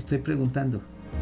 estoy preguntando.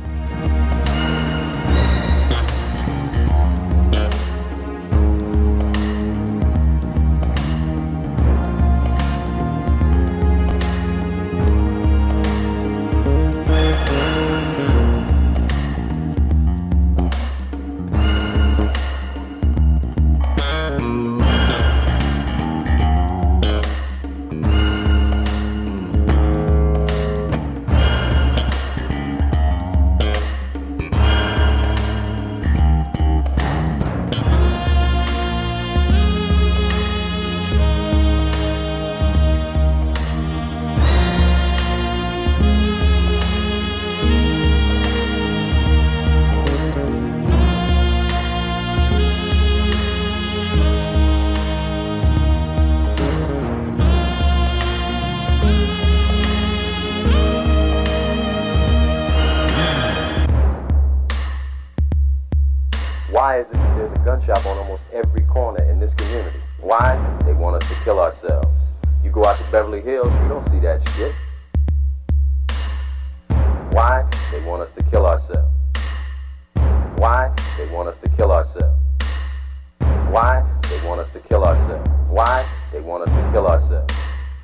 Why is it that there's a gun shop on almost every corner in this community? Why? They want us to kill ourselves. You go out to Beverly Hills, you don't see that shit. Why? They want us to kill ourselves. Why? They want us to kill ourselves. Why? They want us to kill ourselves. Why? They want us to kill ourselves.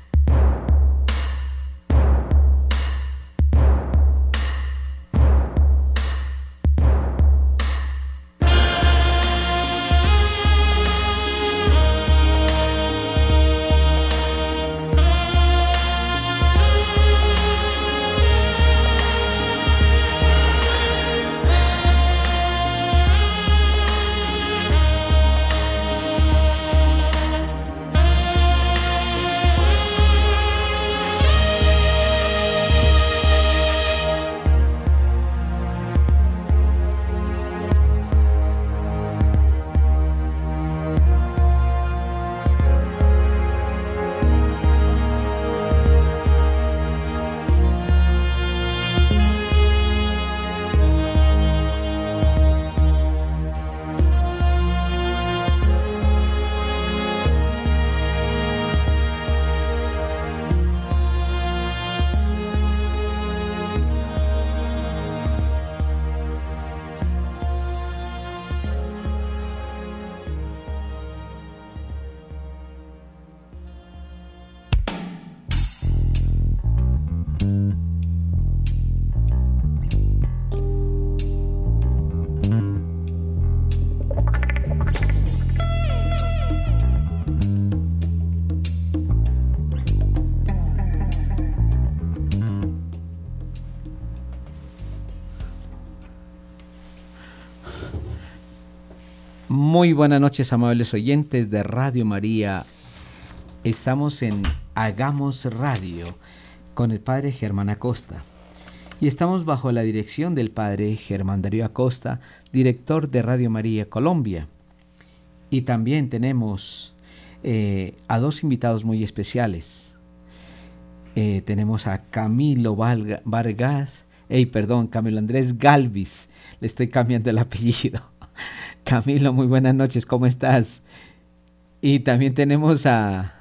Muy buenas noches, amables oyentes de Radio María. Estamos en Hagamos Radio con el Padre Germán Acosta. Y estamos bajo la dirección del Padre Germán Darío Acosta, director de Radio María Colombia. Y también tenemos a dos invitados muy especiales. Tenemos a Camilo Camilo Andrés Galvis. Le estoy cambiando el apellido. Camilo, muy buenas noches, ¿cómo estás? Y también tenemos a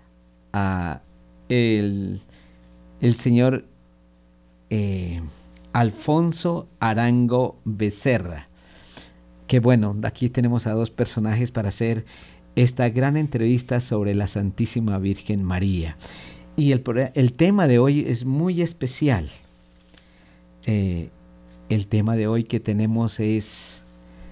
el señor Alfonso Arango Becerra. Que bueno, aquí tenemos a dos personajes para hacer esta gran entrevista sobre la Santísima Virgen María. Y el tema de hoy es muy especial. El tema de hoy que tenemos es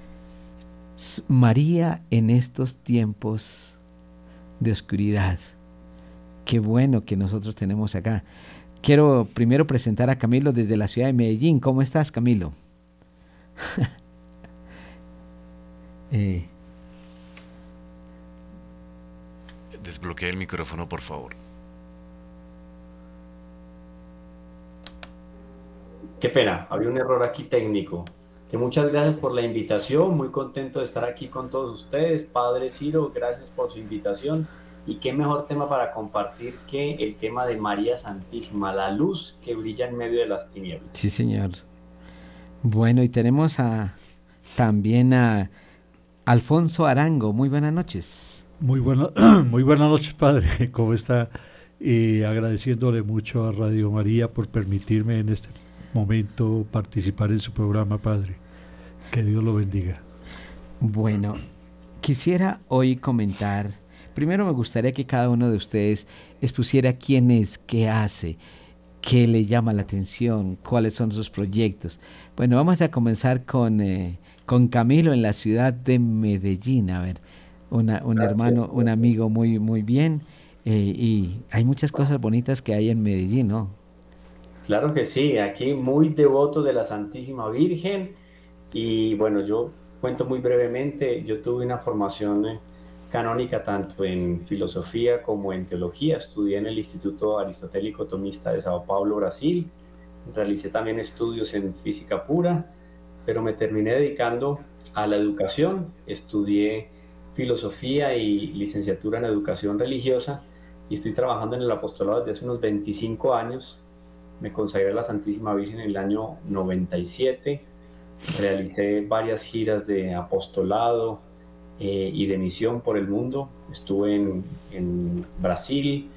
María en estos tiempos de oscuridad. Qué bueno que nosotros tenemos acá. Quiero primero presentar a Camilo desde la ciudad de Medellín. ¿Cómo estás, Camilo? Desbloquea el micrófono, por favor. Qué pena, había un error aquí técnico. Que muchas gracias por la invitación, muy contento de estar aquí con todos ustedes. Padre Ciro, gracias por su invitación. Y qué mejor tema para compartir que el tema de María Santísima, la luz que brilla en medio de las tinieblas. Sí, señor. Bueno, y tenemos también a Alfonso Arango. Muy buenas noches. Muy buenas noches, padre. ¿Cómo está? Agradeciéndole mucho a Radio María por permitirme en este momento participar en su programa, Padre. Que Dios lo bendiga. Bueno, quisiera hoy comentar, primero me gustaría que cada uno de ustedes expusiera quién es, qué hace, qué le llama la atención, cuáles son sus proyectos. Bueno, vamos a comenzar con Camilo en la ciudad de Medellín. A ver, un hermano, un amigo muy, muy bien. Y hay muchas cosas bonitas que hay en Medellín, ¿no? Claro que sí, aquí muy devoto de la Santísima Virgen. Y bueno, yo cuento muy brevemente, yo tuve una formación canónica tanto en filosofía como en teología. Estudié en el Instituto Aristotélico Tomista de Sao Paulo, Brasil. Realicé también estudios en física pura, pero me terminé dedicando a la educación. Estudié filosofía y licenciatura en educación religiosa y estoy trabajando en el apostolado desde hace unos 25 años. Me consagré a la Santísima Virgen en el año 97. Realicé varias giras de apostolado y de misión por el mundo. Estuve en Brasil,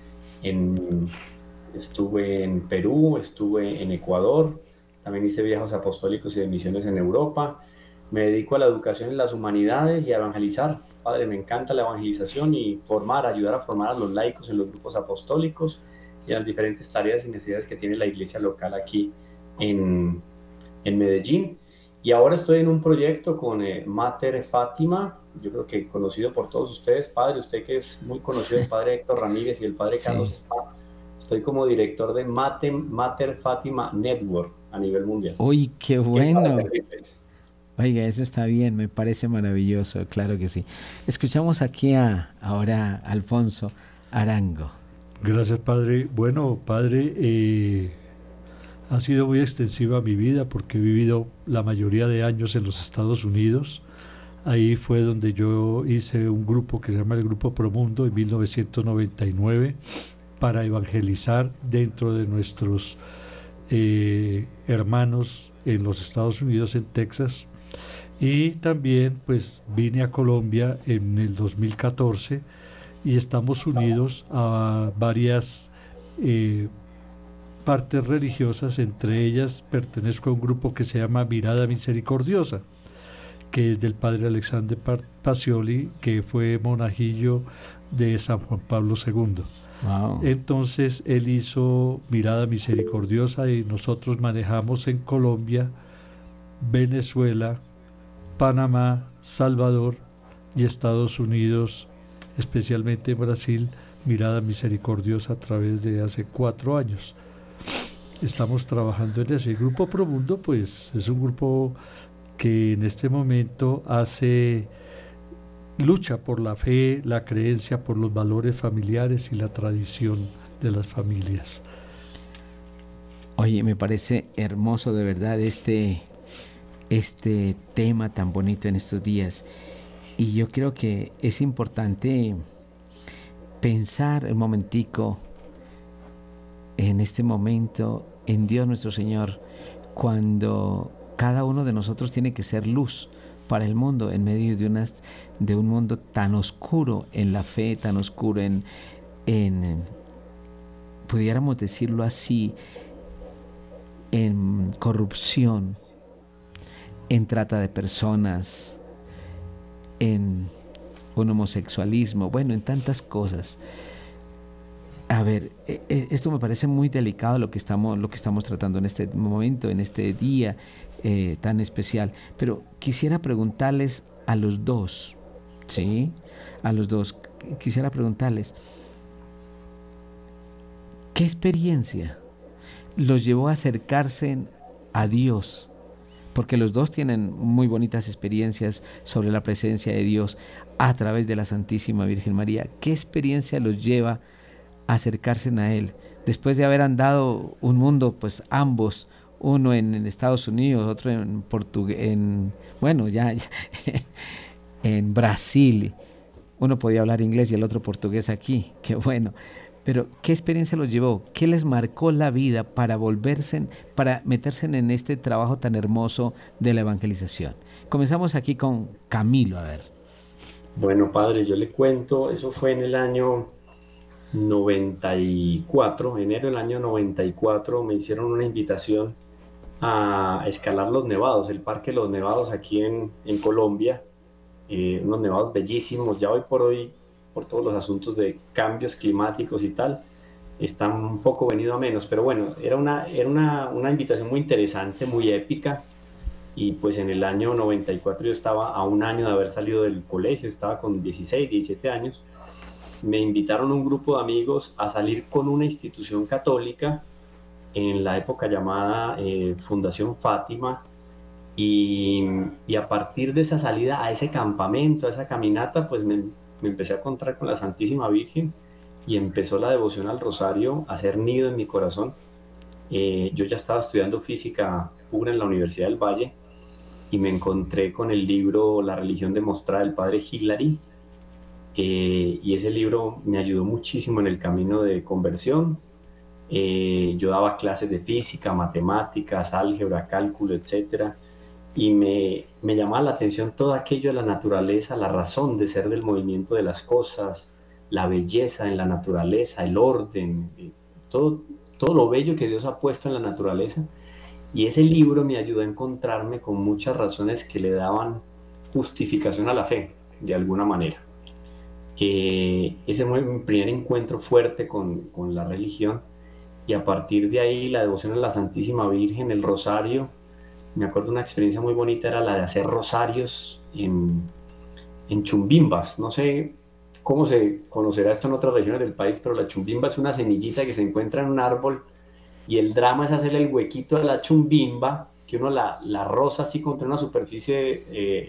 estuve en Perú, estuve en Ecuador. También hice viajes apostólicos y de misiones en Europa. Me dedico a la educación en las humanidades y a evangelizar. Padre, me encanta la evangelización y ayudar a formar a los laicos en los grupos apostólicos y a las diferentes tareas y necesidades que tiene la iglesia local aquí en Medellín. Y ahora estoy en un proyecto con Mater Fátima, yo creo que conocido por todos ustedes, Padre, usted que es muy conocido, el Padre Héctor Ramírez y el Padre Carlos Spa. Estoy como director de Mater Fátima Network a nivel mundial. ¡Uy, qué bueno! Oiga, eso está bien, me parece maravilloso, claro que sí. Escuchamos aquí ahora a Alfonso Arango. Gracias, Padre. Bueno, Padre, ha sido muy extensiva mi vida porque he vivido la mayoría de años en los Estados Unidos. Ahí fue donde yo hice un grupo que se llama el Grupo Promundo en 1999 para evangelizar dentro de nuestros hermanos en los Estados Unidos, en Texas. Y también pues vine a Colombia en el 2014 y estamos unidos a varias partes religiosas. Entre ellas pertenezco a un grupo que se llama Mirada Misericordiosa, que es del padre Alexander Pacioli, que fue monajillo de San Juan Pablo II. Wow. Entonces él hizo Mirada Misericordiosa y nosotros manejamos en Colombia, Venezuela, Panamá, Salvador y Estados Unidos, especialmente Brasil, Mirada Misericordiosa a través de hace 4 años. Estamos trabajando en eso. El Grupo Promundo pues es un grupo que en este momento lucha por la fe, la creencia, por los valores familiares y la tradición de las familias. Oye, me parece hermoso de verdad este tema tan bonito en estos días, y yo creo que es importante pensar un momentico en este momento en Dios nuestro Señor, cuando cada uno de nosotros tiene que ser luz para el mundo en medio de un mundo tan oscuro en la fe, tan oscuro en pudiéramos decirlo así, en corrupción, en trata de personas, en un homosexualismo, bueno, en tantas cosas. A ver, esto me parece muy delicado lo que estamos tratando en este momento, en este día tan especial. Pero quisiera preguntarles a los dos, ¿sí? A los dos, quisiera preguntarles, ¿qué experiencia los llevó a acercarse a Dios? Porque los dos tienen muy bonitas experiencias sobre la presencia de Dios a través de la Santísima Virgen María. ¿Qué experiencia los lleva a acercarse a Él? Después de haber andado un mundo, pues ambos, uno en Estados Unidos, otro en en Brasil. Uno podía hablar inglés y el otro portugués aquí. Qué bueno. Pero ¿qué experiencia los llevó? ¿Qué les marcó la vida para meterse en este trabajo tan hermoso de la evangelización? Comenzamos aquí con Camilo, a ver. Bueno, padre, yo le cuento, eso fue en el año 94, enero del año 94, me hicieron una invitación a escalar los nevados, el Parque de los Nevados aquí en Colombia, unos nevados bellísimos. Ya hoy por hoy, por todos los asuntos de cambios climáticos y tal, están un poco venido a menos, pero bueno, era una invitación muy interesante, muy épica. Y pues en el año 94 yo estaba a un año de haber salido del colegio, estaba con 16, 17 años. Me invitaron un grupo de amigos a salir con una institución católica en la época llamada Fundación Fátima, y, y a partir de esa salida a ese campamento, a esa caminata, pues me empecé a encontrar con la Santísima Virgen y empezó la devoción al rosario a hacer nido en mi corazón. Yo ya estaba estudiando física pura en la Universidad del Valle y me encontré con el libro La religión demostrada del padre Hilary, y ese libro me ayudó muchísimo en el camino de conversión. Yo daba clases de física, matemáticas, álgebra, cálculo, etcétera, y me llamaba la atención todo aquello de la naturaleza, la razón de ser del movimiento de las cosas, la belleza en la naturaleza, el orden, todo, todo lo bello que Dios ha puesto en la naturaleza. Y ese libro me ayudó a encontrarme con muchas razones que le daban justificación a la fe, de alguna manera. Ese fue mi primer encuentro fuerte con la religión, y a partir de ahí la devoción a la Santísima Virgen, el rosario. Me acuerdo una experiencia muy bonita, era la de hacer rosarios en chumbimbas. No sé cómo se conocerá esto en otras regiones del país, pero la chumbimba es una semillita que se encuentra en un árbol, y el drama es hacerle el huequito a la chumbimba, que uno la roza así contra una superficie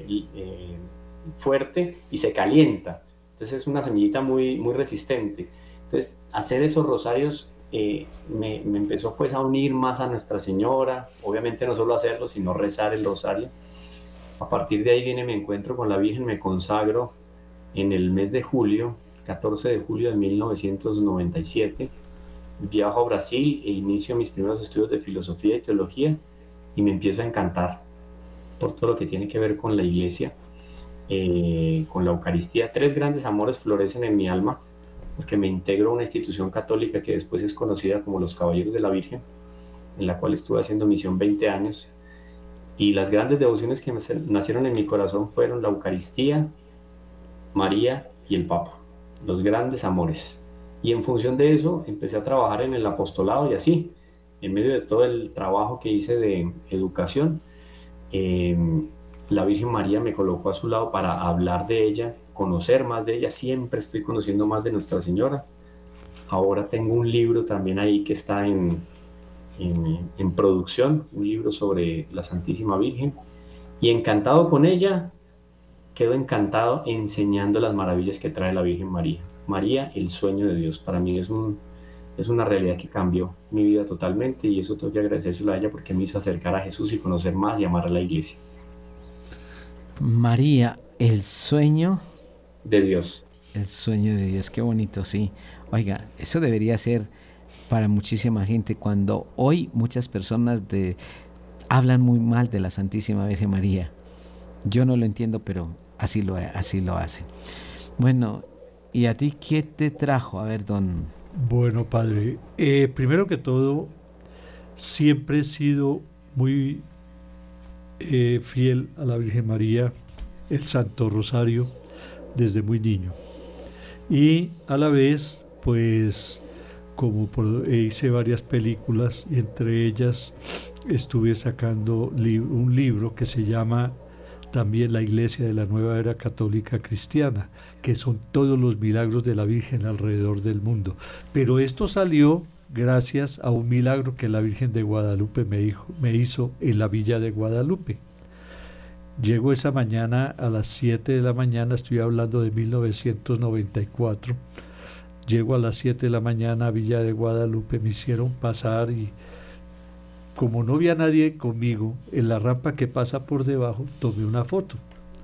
fuerte y se calienta. Entonces es una semillita muy, muy resistente. Entonces hacer esos rosarios me empezó pues a unir más a Nuestra Señora. Obviamente no solo hacerlo, sino rezar el rosario. A partir de ahí viene mi encuentro con la Virgen, me consagro en el mes de julio, 14 de julio de 1997. Viajo a Brasil e inicio mis primeros estudios de filosofía y teología, y me empiezo a encantar por todo lo que tiene que ver con la iglesia, con la Eucaristía. Tres grandes amores florecen en mi alma, porque me integro a una institución católica que después es conocida como los Caballeros de la Virgen, en la cual estuve haciendo misión 20 años. Y las grandes devociones que nacieron en mi corazón fueron la Eucaristía, María y el Papa, los grandes amores. Y en función de eso empecé a trabajar en el apostolado, y así, en medio de todo el trabajo que hice de educación, la Virgen María me colocó a su lado para hablar de ella, conocer más de ella. Siempre estoy conociendo más de Nuestra Señora. Ahora tengo un libro también ahí que está en producción, un libro sobre la Santísima Virgen, y encantado con ella, quedo encantado enseñando las maravillas que trae la Virgen María. María, el sueño de Dios. Para mí es una realidad que cambió mi vida totalmente, y eso tengo que agradecérselo a ella, porque me hizo acercar a Jesús y conocer más y amar a la iglesia. María, el sueño de Dios. El sueño de Dios, qué bonito, sí. Oiga, eso debería ser para muchísima gente. Cuando hoy muchas personas hablan muy mal de la Santísima Virgen María, yo no lo entiendo, pero así lo hacen. Bueno, ¿y a ti qué te trajo? A ver, don... Bueno, padre, primero que todo, siempre he sido muy fiel a la Virgen María, el Santo Rosario, desde muy niño. Y a la vez, pues, como hice varias películas, y entre ellas estuve sacando un libro que se llama también La Iglesia de la Nueva Era Católica Cristiana, que son todos los milagros de la Virgen alrededor del mundo. Pero esto salió gracias a un milagro que la Virgen de Guadalupe me hizo en la Villa de Guadalupe. Llego esa mañana a las 7 de la mañana, estoy hablando de 1994, llego a las 7 de la mañana a Villa de Guadalupe, me hicieron pasar, y como no había nadie conmigo, en la rampa que pasa por debajo, tomé una foto.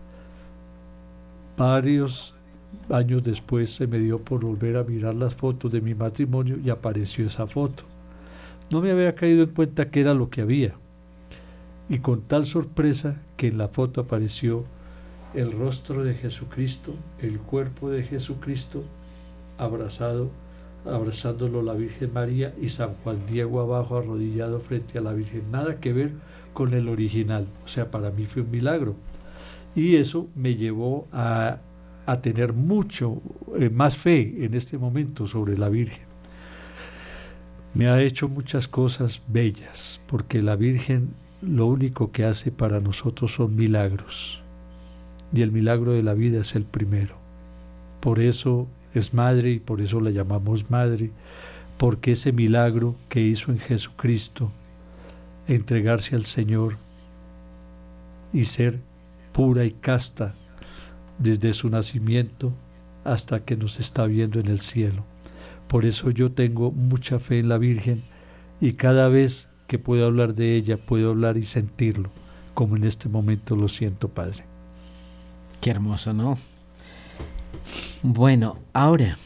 Varios años después se me dio por volver a mirar las fotos de mi matrimonio y apareció esa foto. No me había caído en cuenta qué era lo que había. Y con tal sorpresa que en la foto apareció el rostro de Jesucristo, el cuerpo de Jesucristo, abrazado abrazándolo la Virgen María y San Juan Diego abajo arrodillado frente a la Virgen. Nada que ver con el original. O sea, para mí fue un milagro. Y eso me llevó a tener mucho más fe en este momento sobre la Virgen. Me ha hecho muchas cosas bellas, porque la Virgen lo único que hace para nosotros son milagros. Y el milagro de la vida es el primero. Por eso es madre y por eso la llamamos madre, porque ese milagro que hizo en Jesucristo, entregarse al Señor y ser pura y casta desde su nacimiento hasta que nos está viendo en el cielo. Por eso yo tengo mucha fe en la Virgen y cada vez que puedo hablar de ella, puedo hablar y sentirlo, como en este momento lo siento, Padre. Qué hermoso, ¿no? Bueno, ahora,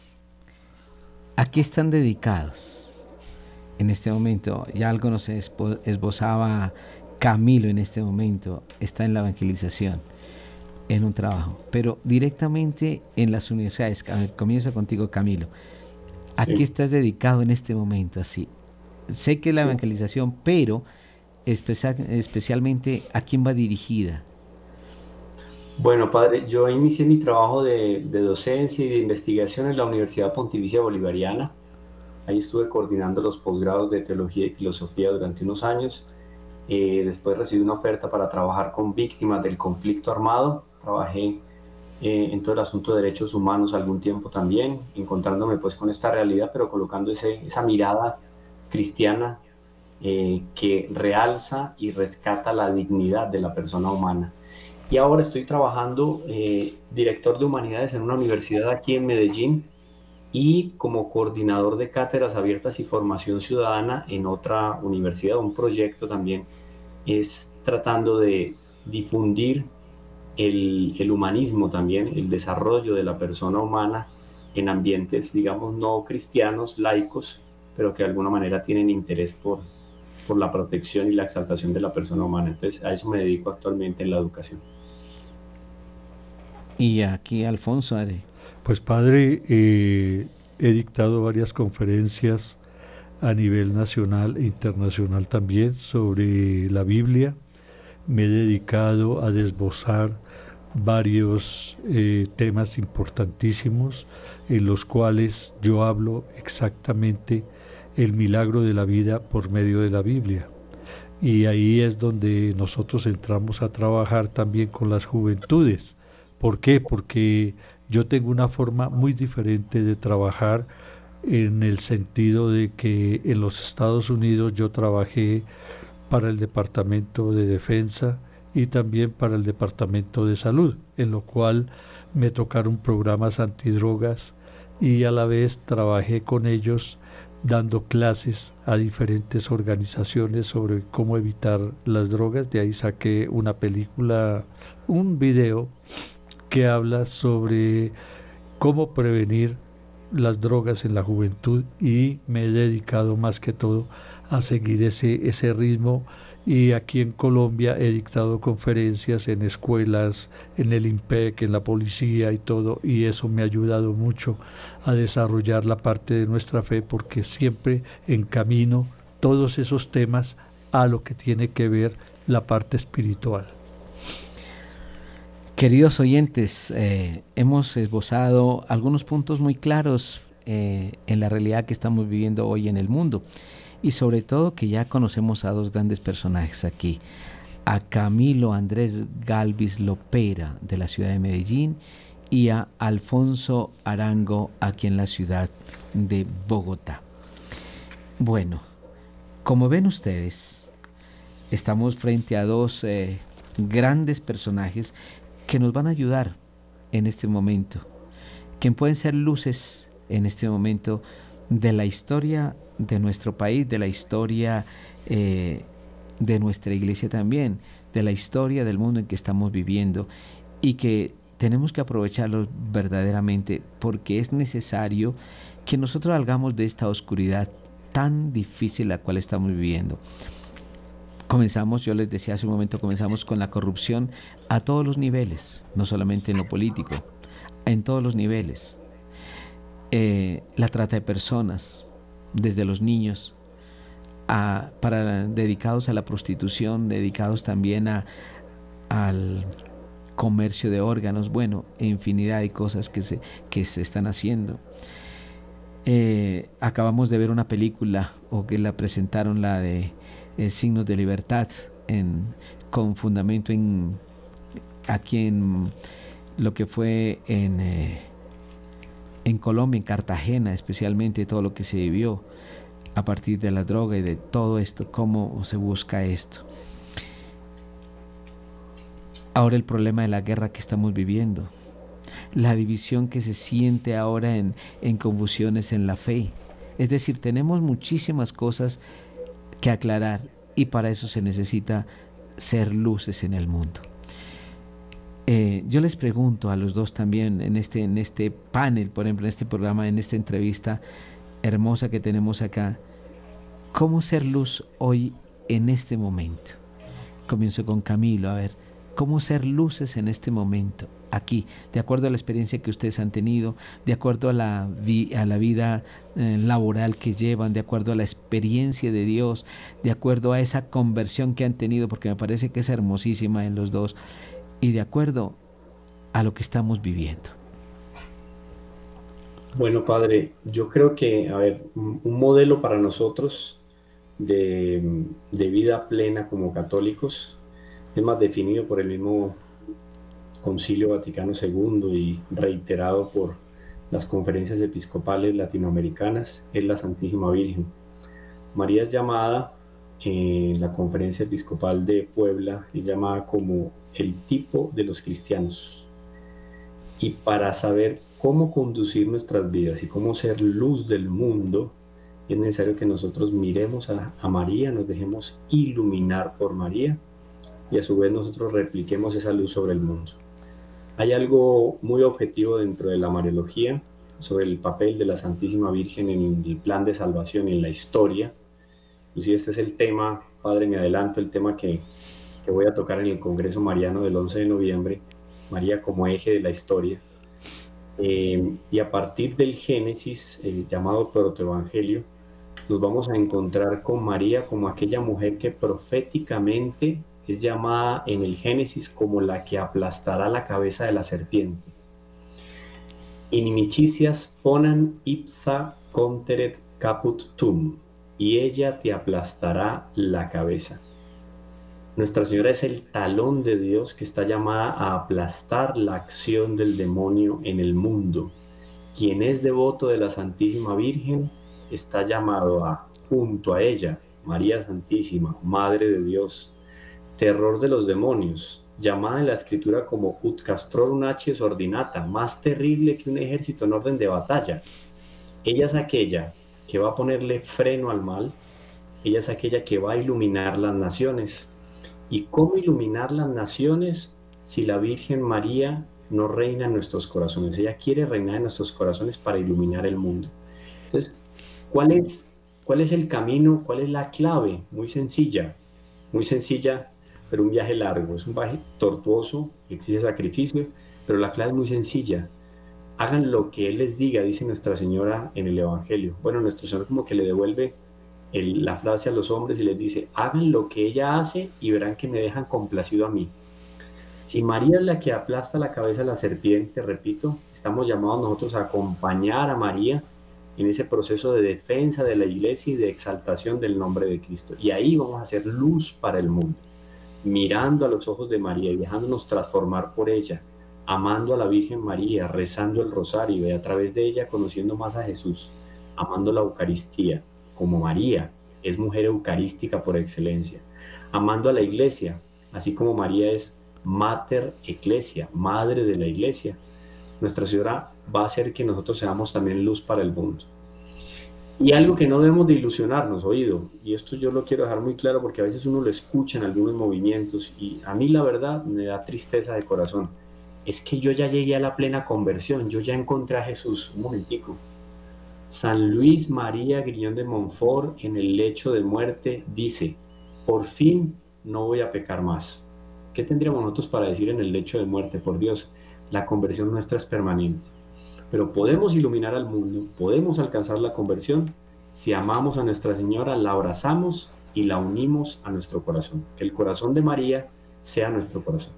¿a qué están dedicados en este momento? Ya algo nos esbozaba Camilo en este momento, está en la evangelización, en un trabajo, pero directamente en las universidades. Comienzo contigo, Camilo. ¿A qué estás dedicado en este momento? Así, sé que es la evangelización, pero especialmente ¿a quién va dirigida? Bueno, padre, yo inicié mi trabajo de docencia y de investigación en la Universidad Pontificia Bolivariana. Ahí estuve coordinando los posgrados de Teología y Filosofía durante unos años. Después recibí una oferta para trabajar con víctimas del conflicto armado. Trabajé en todo el asunto de derechos humanos algún tiempo también, encontrándome pues con esta realidad, pero colocando esa mirada cristiana que realza y rescata la dignidad de la persona humana. Y ahora estoy trabajando director de humanidades en una universidad aquí en Medellín y como coordinador de cátedras abiertas y formación ciudadana en otra universidad. Un proyecto también es tratando de difundir el humanismo también, el desarrollo de la persona humana en ambientes, digamos, no cristianos, laicos, pero que de alguna manera tienen interés por la protección y la exaltación de la persona humana. Entonces, a eso me dedico actualmente en la educación. Y aquí, Alfonso, Pues, padre, he dictado varias conferencias a nivel nacional e internacional también sobre la Biblia. Me he dedicado a desbozar varios temas importantísimos en los cuales yo hablo exactamente el milagro de la vida por medio de la Biblia. Y ahí es donde nosotros entramos a trabajar también con las juventudes. ¿Por qué? Porque yo tengo una forma muy diferente de trabajar, en el sentido de que en los Estados Unidos yo trabajé para el Departamento de Defensa y también para el Departamento de Salud, en lo cual me tocaron programas antidrogas y a la vez trabajé con ellos dando clases a diferentes organizaciones sobre cómo evitar las drogas. De ahí saqué una película, un video que habla sobre cómo prevenir las drogas en la juventud, y me he dedicado más que todo a seguir ese ritmo. Y aquí en Colombia he dictado conferencias en escuelas, en el IMPEC, en la policía y todo, y eso me ha ayudado mucho a desarrollar la parte de nuestra fe, porque siempre encamino todos esos temas a lo que tiene que ver la parte espiritual. Queridos oyentes, hemos esbozado algunos puntos muy claros en la realidad que estamos viviendo hoy en el mundo, y sobre todo que ya conocemos a dos grandes personajes aquí, a Camilo Andrés Galvis Lopera de la ciudad de Medellín y a Alfonso Arango aquí en la ciudad de Bogotá. Bueno, como ven ustedes, estamos frente a dos grandes personajes que nos van a ayudar en este momento, que pueden ser luces en este momento de la historia de nuestro país, de la historia de nuestra iglesia también, de la historia del mundo en que estamos viviendo, y que tenemos que aprovecharlos verdaderamente, porque es necesario que nosotros salgamos de esta oscuridad tan difícil la cual estamos viviendo. Comenzamos, yo les decía hace un momento, comenzamos con la corrupción a todos los niveles, no solamente en lo político, en todos los niveles. la trata de personas, desde los niños, dedicados a la prostitución, dedicados también al comercio de órganos, bueno, infinidad de cosas que se están haciendo. Acabamos de ver una película, o que la presentaron, la de Signos de Libertad, con fundamento aquí en lo que fue en Colombia, en Cartagena especialmente, todo lo que se vivió a partir de la droga y de todo esto, cómo se busca esto. Ahora el problema de la guerra que estamos viviendo, la división que se siente ahora en confusiones en la fe. Es decir, tenemos muchísimas cosas que aclarar, y para eso se necesita ser luces en el mundo. Yo les pregunto a los dos también en este panel, por ejemplo, en este programa, en esta entrevista hermosa que tenemos acá, ¿cómo ser luz hoy en este momento? Comienzo con Camilo, a ver, ¿cómo ser luces en este momento, aquí, de acuerdo a la experiencia que ustedes han tenido, de acuerdo a la vida laboral que llevan, de acuerdo a la experiencia de Dios, de acuerdo a esa conversión que han tenido, porque me parece que es hermosísima en los dos, y de acuerdo a lo que estamos viviendo? Bueno, padre, yo creo que, a ver, un modelo para nosotros de vida plena como católicos es más definido por el mismo Concilio Vaticano II y reiterado por las conferencias episcopales latinoamericanas, es la Santísima Virgen. María es llamada, en la Conferencia Episcopal de Puebla, es llamada como el tipo de los cristianos. Y para saber cómo conducir nuestras vidas y cómo ser luz del mundo, es necesario que nosotros miremos a María, nos dejemos iluminar por María, y a su vez nosotros repliquemos esa luz sobre el mundo. Hay algo muy objetivo dentro de la Mariología sobre el papel de la Santísima Virgen en el plan de salvación y en la historia. Inclusive este es el tema, padre, me adelanto, el tema que voy a tocar en el Congreso Mariano del 11 de noviembre, María como eje de la historia. Y a partir del Génesis, llamado protoevangelio, nos vamos a encontrar con María como aquella mujer que proféticamente es llamada en el Génesis como la que aplastará la cabeza de la serpiente. Inimicicias ponan ipsa conteret caput tum, y ella te aplastará la cabeza. Nuestra Señora es el talón de Dios que está llamada a aplastar la acción del demonio en el mundo. Quien es devoto de la Santísima Virgen está llamado a, junto a ella, María Santísima, Madre de Dios, terror de los demonios, llamada en la Escritura como ut castrorum nacies ordinata, más terrible que un ejército en orden de batalla. Ella es aquella que va a ponerle freno al mal, ella es aquella que va a iluminar las naciones. ¿Y cómo iluminar las naciones si la Virgen María no reina en nuestros corazones? Ella quiere reinar en nuestros corazones para iluminar el mundo. Entonces, ¿cuál es el camino? ¿Cuál es la clave? Muy sencilla, pero un viaje largo. Es un viaje tortuoso, exige sacrificio, pero la clave es muy sencilla. Hagan lo que Él les diga, dice Nuestra Señora en el Evangelio. Bueno, Nuestro Señor como que le devuelve la frase a los hombres y les dice, hagan lo que ella hace y verán que me dejan complacido a mí. Si María es la que aplasta la cabeza de la serpiente, repito, estamos llamados nosotros a acompañar a María en ese proceso de defensa de la Iglesia y de exaltación del nombre de Cristo. Y ahí vamos a hacer luz para el mundo, mirando a los ojos de María y dejándonos transformar por ella, amando a la Virgen María, rezando el rosario y a través de ella conociendo más a Jesús, amando la Eucaristía, como María es mujer eucarística por excelencia, amando a la Iglesia, así como María es Mater Ecclesia, madre de la Iglesia. Nuestra Señora va a hacer que nosotros seamos también luz para el mundo. Y algo que no debemos de ilusionarnos, oído, y esto yo lo quiero dejar muy claro porque a veces uno lo escucha en algunos movimientos y a mí la verdad me da tristeza de corazón. Es que yo ya llegué a la plena conversión, yo ya encontré a Jesús. Un momentico. San Luis María Griñón de Montfort en el lecho de muerte dice, por fin no voy a pecar más. ¿Qué tendríamos nosotros para decir en el lecho de muerte? Por Dios, la conversión nuestra es permanente. pero podemos iluminar al mundo, podemos alcanzar la conversión si amamos a Nuestra Señora, la abrazamos y la unimos a nuestro corazón. Que el corazón de María sea nuestro corazón.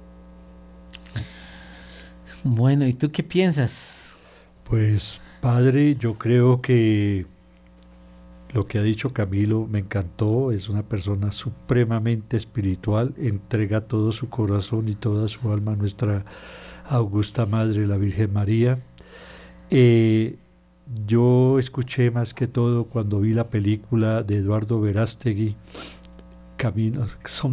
Bueno, ¿y tú qué piensas? Pues, padre, yo creo que lo que ha dicho Camilo me encantó. Es una persona supremamente espiritual, entrega todo su corazón y toda su alma a nuestra augusta Madre, la Virgen María. Yo escuché más que todo cuando vi la película de Eduardo Verástegui, Camino,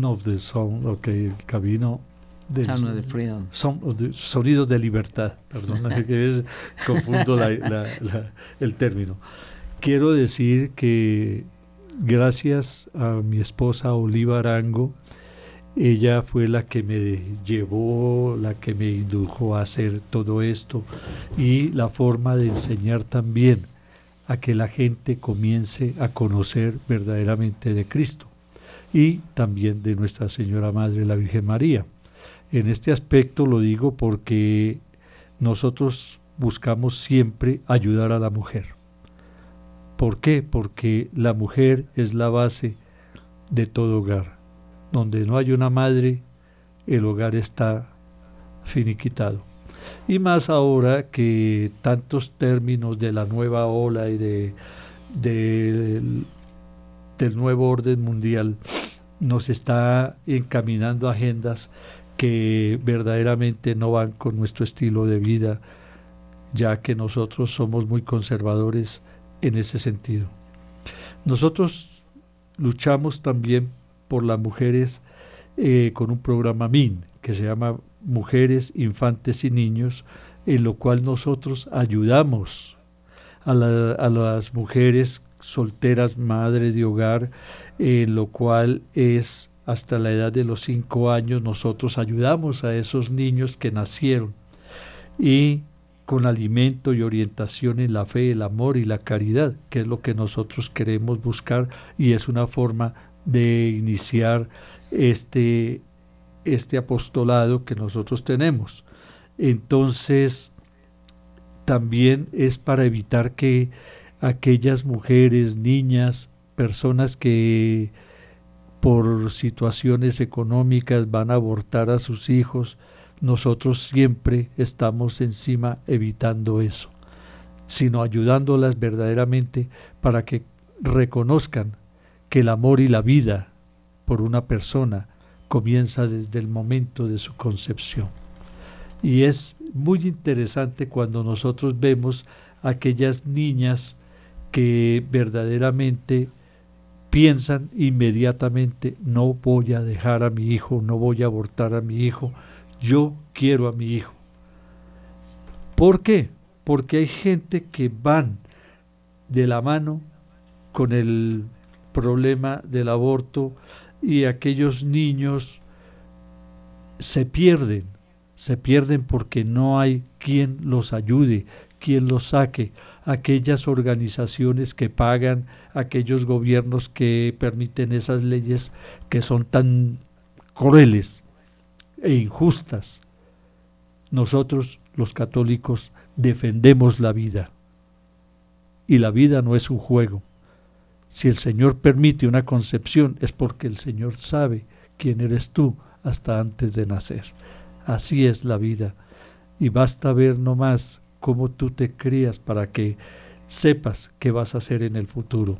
el Camino del Sound of the Freedom. Sonidos de Libertad, perdón, que confundo el término. Quiero decir que gracias a mi esposa Oliva Arango, ella fue la que me llevó, la que me indujo a hacer todo esto, y la forma de enseñar también a que la gente comience a conocer verdaderamente de Cristo y también de Nuestra Señora Madre, la Virgen María. En este aspecto lo digo porque nosotros buscamos siempre ayudar a la mujer. ¿Por qué? Porque la mujer es la base de todo hogar. Donde no hay una madre, el hogar está finiquitado. Y más ahora que tantos términos de la nueva ola y del nuevo orden mundial nos está encaminando agendas que verdaderamente no van con nuestro estilo de vida, ya que nosotros somos muy conservadores en ese sentido. Nosotros luchamos también por las mujeres con un programa MIN que se llama Mujeres, Infantes y Niños, en lo cual nosotros ayudamos a las mujeres solteras, madres de hogar, en lo cual es hasta la edad de los 5 años. Nosotros ayudamos a esos niños que nacieron y con alimento y orientación en la fe, el amor y la caridad, que es lo que nosotros queremos buscar, y es una forma de iniciar este apostolado que nosotros tenemos. Entonces, también es para evitar que aquellas mujeres, niñas, personas que por situaciones económicas van a abortar a sus hijos, nosotros siempre estamos encima evitando eso, sino ayudándolas verdaderamente para que reconozcan que el amor y la vida por una persona comienza desde el momento de su concepción. Y es muy interesante cuando nosotros vemos a aquellas niñas que verdaderamente piensan inmediatamente: no voy a dejar a mi hijo, no voy a abortar a mi hijo, yo quiero a mi hijo. ¿Por qué? Porque hay gente que van de la mano con el problema del aborto, y aquellos niños se pierden porque no hay quien los ayude, quien los saque. Aquellas organizaciones que pagan, aquellos gobiernos que permiten esas leyes que son tan crueles e injustas. Nosotros, los católicos, defendemos la vida, y la vida no es un juego. Si el Señor permite una concepción, es porque el Señor sabe quién eres tú hasta antes de nacer. Así es la vida, y basta ver nomás cómo tú te crías para que sepas qué vas a hacer en el futuro.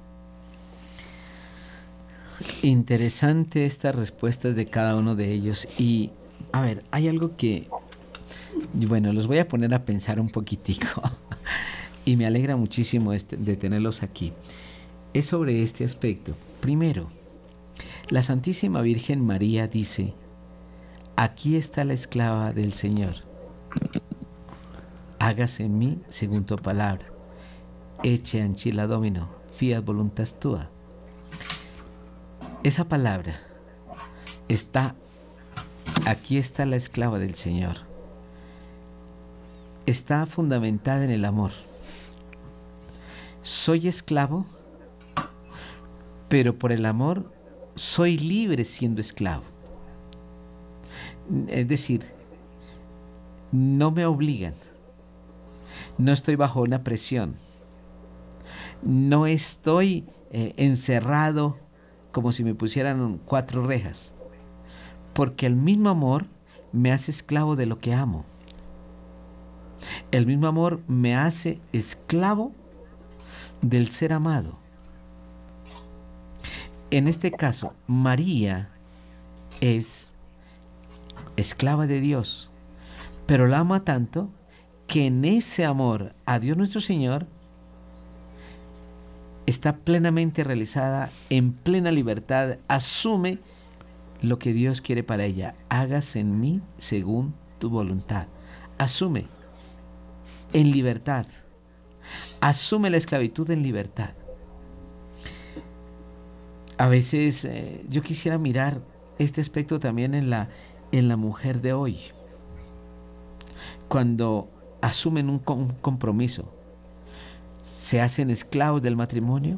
Interesante estas respuestas de cada uno de ellos. Y, a ver, hay algo que, bueno, los voy a poner a pensar un poquitico y me alegra muchísimo de tenerlos aquí. Es sobre este aspecto. Primero, la Santísima Virgen María dice: aquí está la esclava del Señor, hágase en mí según tu palabra, ecce ancilla Domino, fiat voluntas tua. Esa palabra está: aquí está la esclava del Señor, está fundamentada en el amor. Soy esclavo, pero por el amor soy libre siendo esclavo. Es decir, no me obligan, No estoy bajo una presión. No estoy encerrado como si me pusieran 4 rejas. Porque el mismo amor me hace esclavo de lo que amo. El mismo amor me hace esclavo del ser amado. En este caso, María es esclava de Dios, pero la ama tanto que en ese amor a Dios nuestro Señor está plenamente realizada, en plena libertad, asume lo que Dios quiere para ella. Hágase en mí según tu voluntad. Asume en libertad. Asume la esclavitud en libertad. A veces yo quisiera mirar este aspecto también en la mujer de hoy. Cuando asumen un compromiso, se hacen esclavos del matrimonio.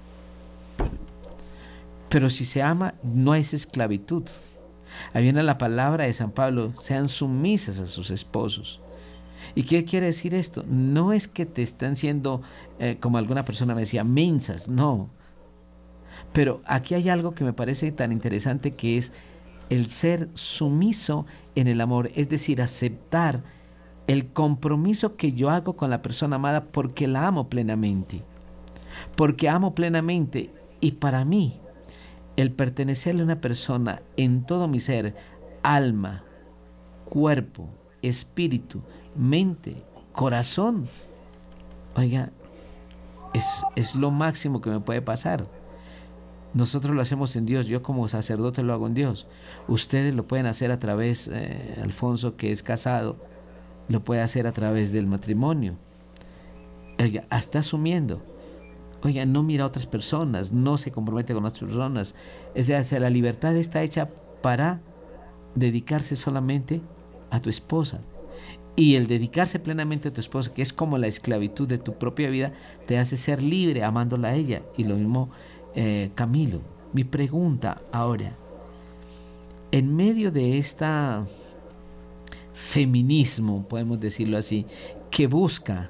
Pero si se ama, no es esclavitud. Ahí viene la palabra de San Pablo: sean sumisas a sus esposos. ¿Y qué quiere decir esto? No es que te están siendo, como alguna persona me decía, mensas, no. Pero aquí hay algo que me parece tan interesante, que es el ser sumiso en el amor, es decir, aceptar el compromiso que yo hago con la persona amada porque la amo plenamente. Porque amo plenamente, y para mí el pertenecerle a una persona en todo mi ser, alma, cuerpo, espíritu, mente, corazón, oiga, es lo máximo que me puede pasar. Nosotros lo hacemos en Dios. Yo como sacerdote lo hago en Dios. Ustedes lo pueden hacer a través, Alfonso, que es casado, lo puede hacer a través del matrimonio. Oiga, está asumiendo. Oiga, no mira a otras personas, no se compromete con otras personas. Es decir, la libertad está hecha para dedicarse solamente a tu esposa. Y el dedicarse plenamente a tu esposa, que es como la esclavitud de tu propia vida, te hace ser libre amándola a ella. Y lo mismo Camilo. Mi pregunta ahora, en medio de esta feminismo, podemos decirlo así, que busca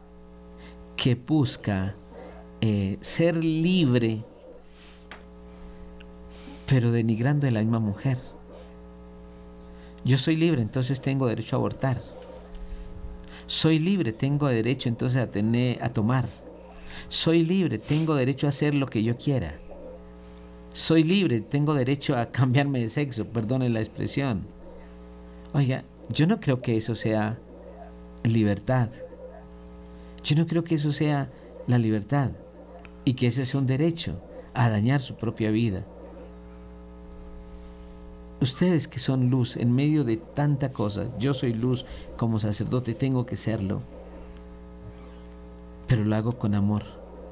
ser libre, pero denigrando a la misma mujer. Yo soy libre, entonces tengo derecho a abortar. Soy libre, tengo derecho entonces a tomar. Soy libre, tengo derecho a hacer lo que yo quiera. Soy libre, tengo derecho a cambiarme de sexo, perdonen la expresión. Oiga, yo no creo que eso sea libertad. Yo no creo que eso sea la libertad y que ese sea un derecho a dañar su propia vida. Ustedes que son luz en medio de tanta cosa, yo soy luz como sacerdote, tengo que serlo, pero lo hago con amor.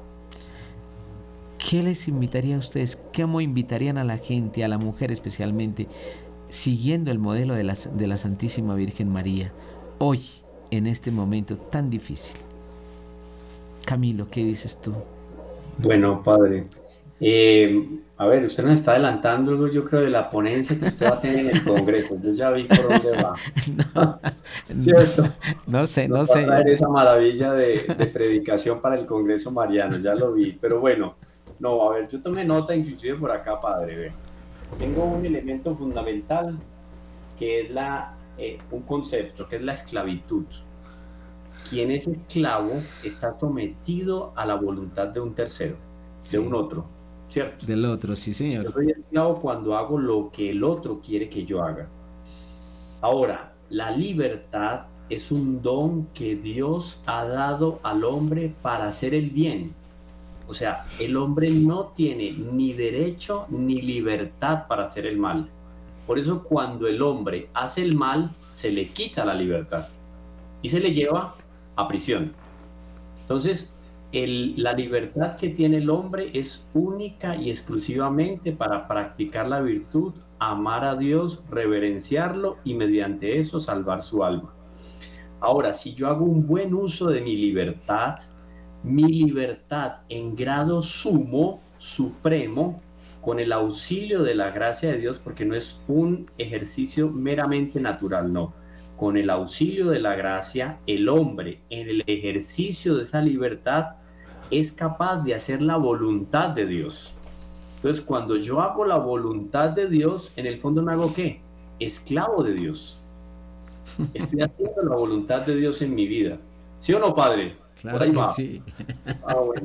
¿Qué les invitaría a ustedes? ¿Cómo invitarían a la gente, a la mujer especialmente, siguiendo el modelo de la Santísima Virgen María, hoy, en este momento tan difícil? Camilo, ¿qué dices tú? Bueno, padre, a ver, usted nos está adelantando, yo creo, de la ponencia que usted va a tener en el Congreso. Yo ya vi por dónde va. ¿Cierto? No sé. Va a traer esa maravilla de predicación para el Congreso Mariano, ya lo vi. Pero bueno, no, a ver, yo tomé nota inclusive por acá, padre. Ve. Tengo un elemento fundamental que es un concepto, que es la esclavitud. Quien es esclavo está sometido a la voluntad de un tercero, Sí. de un otro, ¿cierto? Del otro, sí, señor. Yo soy esclavo cuando hago lo que el otro quiere que yo haga. Ahora, la libertad es un don que Dios ha dado al hombre para hacer el bien. O sea, el hombre no tiene ni derecho ni libertad para hacer el mal. Por eso cuando el hombre hace el mal, se le quita la libertad y se le lleva a prisión. Entonces, la libertad que tiene el hombre es única y exclusivamente para practicar la virtud, amar a Dios, reverenciarlo y mediante eso salvar su alma. Ahora, si yo hago un buen uso de mi libertad en grado sumo, supremo, con el auxilio de la gracia de Dios, porque no es un ejercicio meramente natural, no. con el auxilio de la gracia, el hombre en el ejercicio de esa libertad es capaz de hacer la voluntad de Dios. Entonces, cuando yo hago la voluntad de Dios, en el fondo me hago ¿qué? Esclavo de Dios. Estoy haciendo la voluntad de Dios en mi vida. ¿Sí o no, padre? Claro Por ahí que va. sí. Bueno.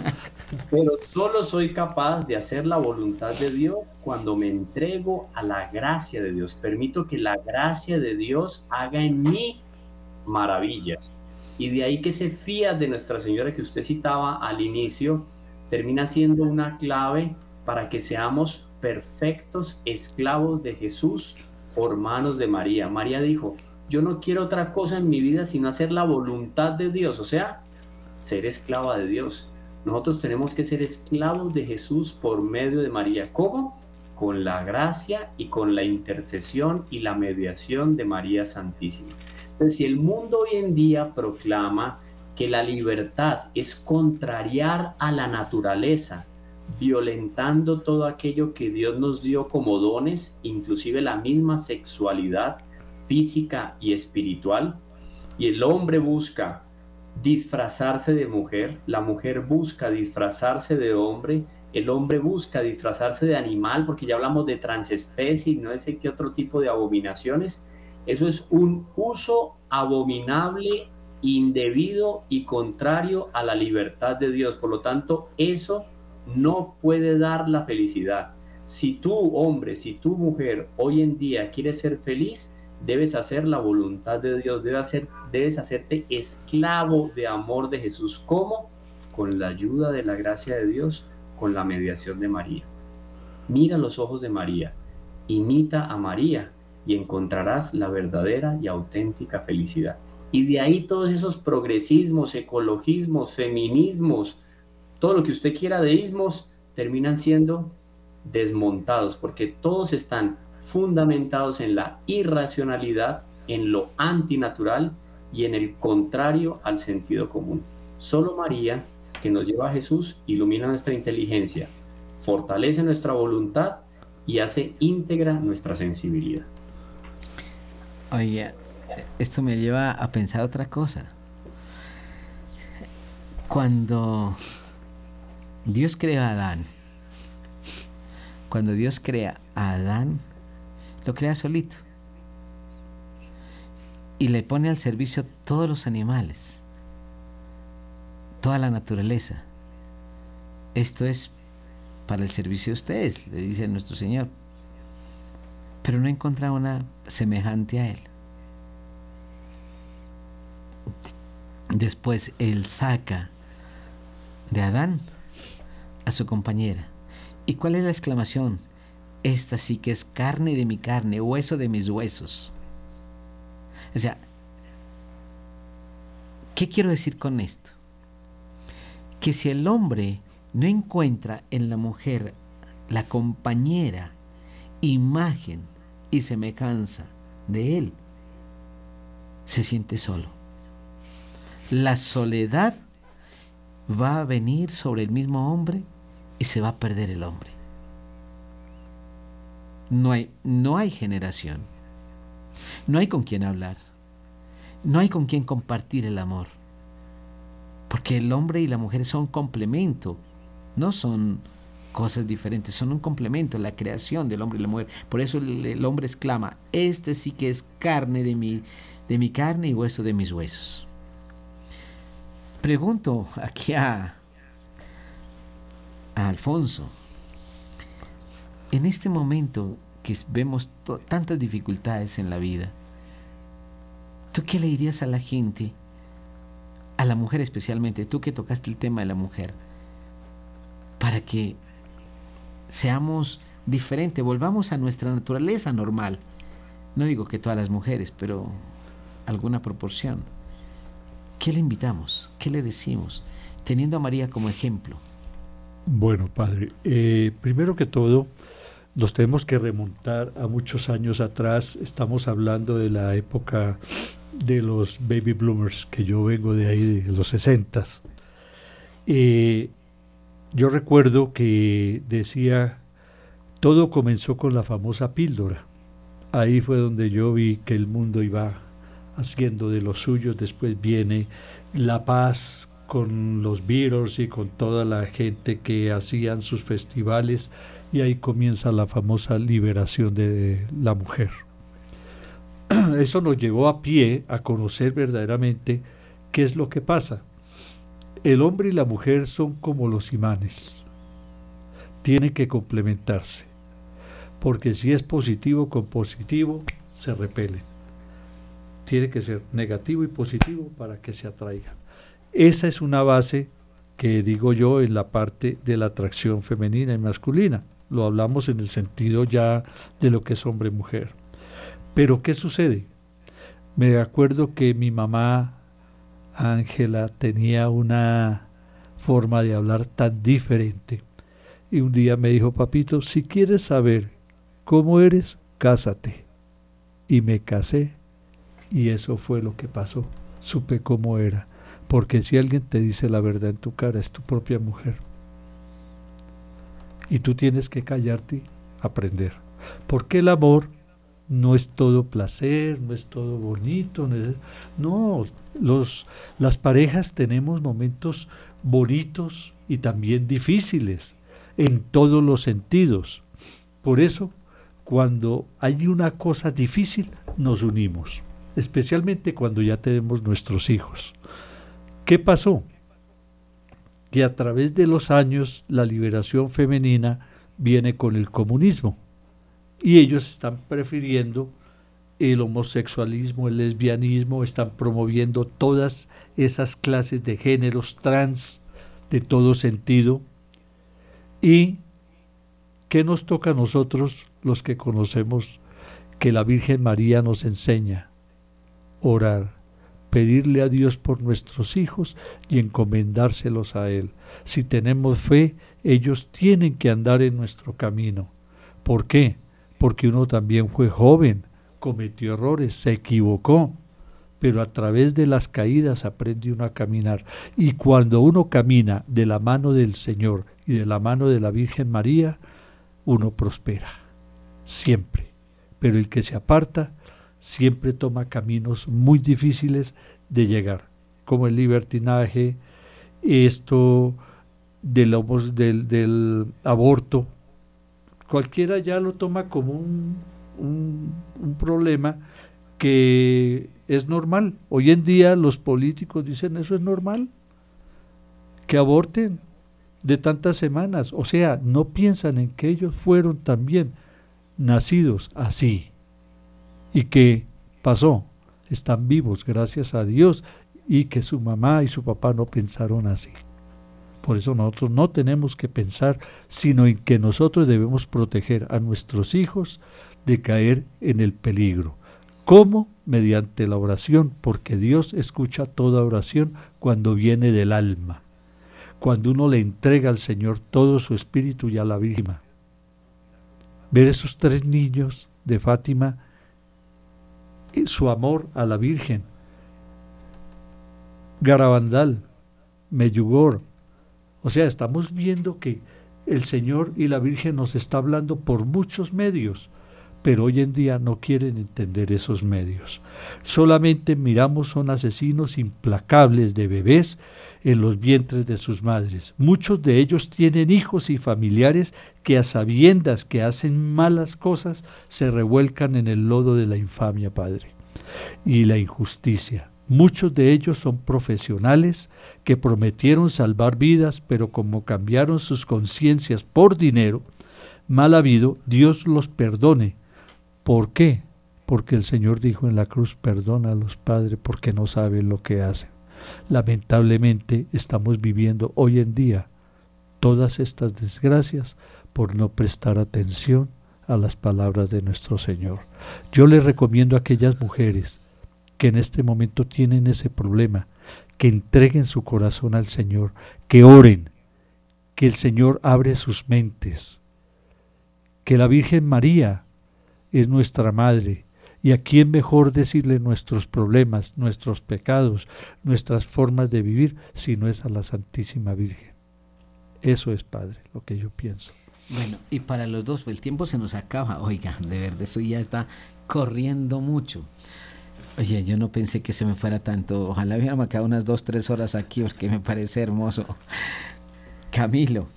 Pero solo soy capaz de hacer la voluntad de Dios cuando me entrego a la gracia de Dios. Permito que la gracia de Dios haga en mí maravillas. Y de ahí que ese fiat de Nuestra Señora que usted citaba al inicio termina siendo una clave para que seamos perfectos esclavos de Jesús por manos de María. María dijo: yo no quiero otra cosa en mi vida sino hacer la voluntad de Dios, o sea, ser esclava de Dios. Nosotros tenemos que ser esclavos de Jesús por medio de María. ¿Cómo? Con la gracia y con la intercesión y la mediación de María Santísima. Entonces, si el mundo hoy en día proclama que la libertad es contrariar a la naturaleza, violentando todo aquello que Dios nos dio como dones, inclusive la misma sexualidad física y espiritual, y el hombre busca disfrazarse de mujer, la mujer busca disfrazarse de hombre, el hombre busca disfrazarse de animal, porque ya hablamos de transespecie y no sé qué otro tipo de abominaciones. Eso es un uso abominable, indebido y contrario a la libertad de Dios. Por lo tanto, eso no puede dar la felicidad. Si tú, hombre, si tú, mujer, hoy en día quieres ser feliz, debes hacer la voluntad de Dios, debes hacerte esclavo de amor de Jesús. ¿Cómo? Con la ayuda de la gracia de Dios, con la mediación de María. Mira los ojos de María, imita a María y encontrarás la verdadera y auténtica felicidad. Y de ahí todos esos progresismos, ecologismos, feminismos, todo lo que usted quiera de ismos, terminan siendo desmontados, porque todos están fundamentados en la irracionalidad, en lo antinatural y en el contrario al sentido común. Solo María, que nos lleva a Jesús, ilumina nuestra inteligencia, fortalece nuestra voluntad y hace íntegra nuestra sensibilidad. Oye, esto me lleva a pensar otra cosa. Cuando Dios crea a Adán, lo crea solito y le pone al servicio todos los animales, toda la naturaleza. Esto es para el servicio de ustedes, le dice nuestro Señor, pero no encuentra una semejante a él. Después él saca de Adán a su compañera. ¿Y cuál es la exclamación? Esta sí que es carne de mi carne, hueso de mis huesos. O sea, ¿qué quiero decir con esto? Que si el hombre no encuentra en la mujer la compañera, imagen y semejanza de él, se siente solo. La soledad va a venir sobre el mismo hombre y se va a perder el hombre. No hay generación, no hay con quien hablar, no hay con quien compartir el amor, porque el hombre y la mujer son complemento, no son cosas diferentes, son un complemento, la creación del hombre y la mujer. Por eso el hombre exclama: este sí que es carne de mi carne y hueso de mis huesos. Pregunto aquí a Alfonso, en este momento que vemos tantas dificultades en la vida, ¿tú qué le dirías a la gente, a la mujer especialmente, tú que tocaste el tema de la mujer, para que seamos diferentes, volvamos a nuestra naturaleza normal? No digo que todas las mujeres, pero alguna proporción. ¿Qué le invitamos? ¿Qué le decimos? Teniendo a María como ejemplo. Bueno, padre, primero que todo, nos tenemos que remontar a muchos años atrás. Estamos hablando de la época de los baby bloomers, que yo vengo de ahí, de los 60s. Yo recuerdo que decía, todo comenzó con la famosa píldora. Ahí fue donde yo vi que el mundo iba haciendo de los suyos. Después viene La Paz con los Beatles y con toda la gente que hacían sus festivales, y ahí comienza la famosa liberación de la mujer. Eso nos llevó a pie a conocer verdaderamente qué es lo que pasa. El hombre y la mujer son como los imanes, tienen que complementarse, porque si es positivo con positivo se repelen. Tiene que ser negativo y positivo para que se atraigan. Esa es una base que digo yo en la parte de la atracción femenina y masculina. Lo hablamos en el sentido ya de lo que es hombre-mujer. Pero ¿qué sucede? Me acuerdo que mi mamá, Ángela, tenía una forma de hablar tan diferente. Y un día me dijo: papito, si quieres saber cómo eres, cásate. Y me casé, y eso fue lo que pasó. Supe cómo era. Porque si alguien te dice la verdad en tu cara, es tu propia mujer. Y tú tienes que callarte y aprender. Porque el amor no es todo placer, no es todo bonito. No, las parejas tenemos momentos bonitos y también difíciles, en todos los sentidos. Por eso, cuando hay una cosa difícil, nos unimos. Especialmente cuando ya tenemos nuestros hijos. ¿Qué pasó? Que a través de los años la liberación femenina viene con el comunismo, y ellos están prefiriendo el homosexualismo, el lesbianismo, están promoviendo todas esas clases de géneros trans de todo sentido. ¿Y qué nos toca a nosotros, los que conocemos que la Virgen María nos enseña? Orar, pedirle a Dios por nuestros hijos y encomendárselos a Él. Si tenemos fe, ellos tienen que andar en nuestro camino. ¿Por qué? Porque uno también fue joven, cometió errores, se equivocó, pero a través de las caídas aprende uno a caminar. Y cuando uno camina de la mano del Señor y de la mano de la Virgen María, uno prospera, siempre. Pero el que se aparta siempre toma caminos muy difíciles de llegar, como el libertinaje, esto del aborto. Cualquiera ya lo toma como un problema que es normal. Hoy en día los políticos dicen: eso es normal, que aborten de tantas semanas. O sea, no piensan en que ellos fueron también nacidos así. ¿Y qué pasó? Están vivos, gracias a Dios, y que su mamá y su papá no pensaron así. Por eso nosotros no tenemos que pensar, sino en que nosotros debemos proteger a nuestros hijos de caer en el peligro. ¿Cómo? Mediante la oración, porque Dios escucha toda oración cuando viene del alma. Cuando uno le entrega al Señor todo su espíritu y a la Virgen. Ver esos 3 niños de Fátima, su amor a la Virgen, Garabandal, Medjugorje. O sea, estamos viendo que el Señor y la Virgen nos está hablando por muchos medios, pero hoy en día no quieren entender esos medios. Solamente miramos son asesinos implacables de bebés en los vientres de sus madres. Muchos de ellos tienen hijos y familiares que a sabiendas que hacen malas cosas se revuelcan en el lodo de la infamia, Padre, y la injusticia. Muchos de ellos son profesionales que prometieron salvar vidas, pero como cambiaron sus conciencias por dinero mal habido, Dios los perdone. ¿Por qué? Porque el Señor dijo en la cruz: perdónalos, Padre, porque no saben lo que hacen. Lamentablemente estamos viviendo hoy en día todas estas desgracias por no prestar atención a las palabras de nuestro Señor. Yo les recomiendo a aquellas mujeres que en este momento tienen ese problema, que entreguen su corazón al Señor, que oren, que el Señor abre sus mentes, que la Virgen María es nuestra Madre, y a quién mejor decirle nuestros problemas, nuestros pecados, nuestras formas de vivir, si no es a la Santísima Virgen. Eso es, Padre, lo que yo pienso. Bueno, y para los dos, el tiempo se nos acaba. Oiga, de verdad, eso ya está corriendo mucho. Oye, yo no pensé que se me fuera tanto. Ojalá hubiera quedado unas 2, 3 horas aquí porque me parece hermoso. Camilo,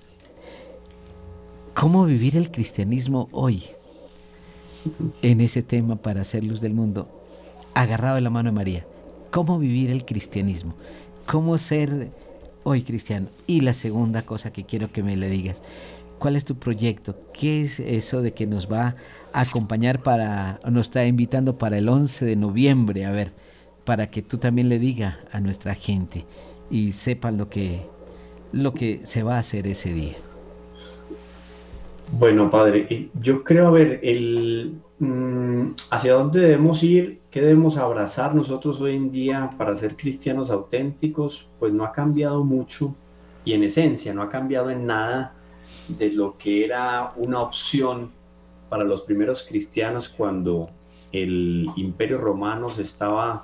¿cómo vivir el cristianismo hoy? En ese tema para hacer luz del mundo, agarrado de la mano de María. ¿Cómo vivir el cristianismo? ¿Cómo ser hoy cristiano? Y la segunda cosa que quiero que me le digas, ¿cuál es tu proyecto? ¿Qué es eso de que nos va a acompañar nos está invitando para el 11 de noviembre? A ver, para que tú también le digas a nuestra gente y sepan lo que se va a hacer ese día. Bueno, padre, yo creo, a ver, hacia dónde debemos ir, qué debemos abrazar nosotros hoy en día para ser cristianos auténticos, pues no ha cambiado mucho y en esencia no ha cambiado en nada de lo que era una opción para los primeros cristianos cuando el Imperio Romano se estaba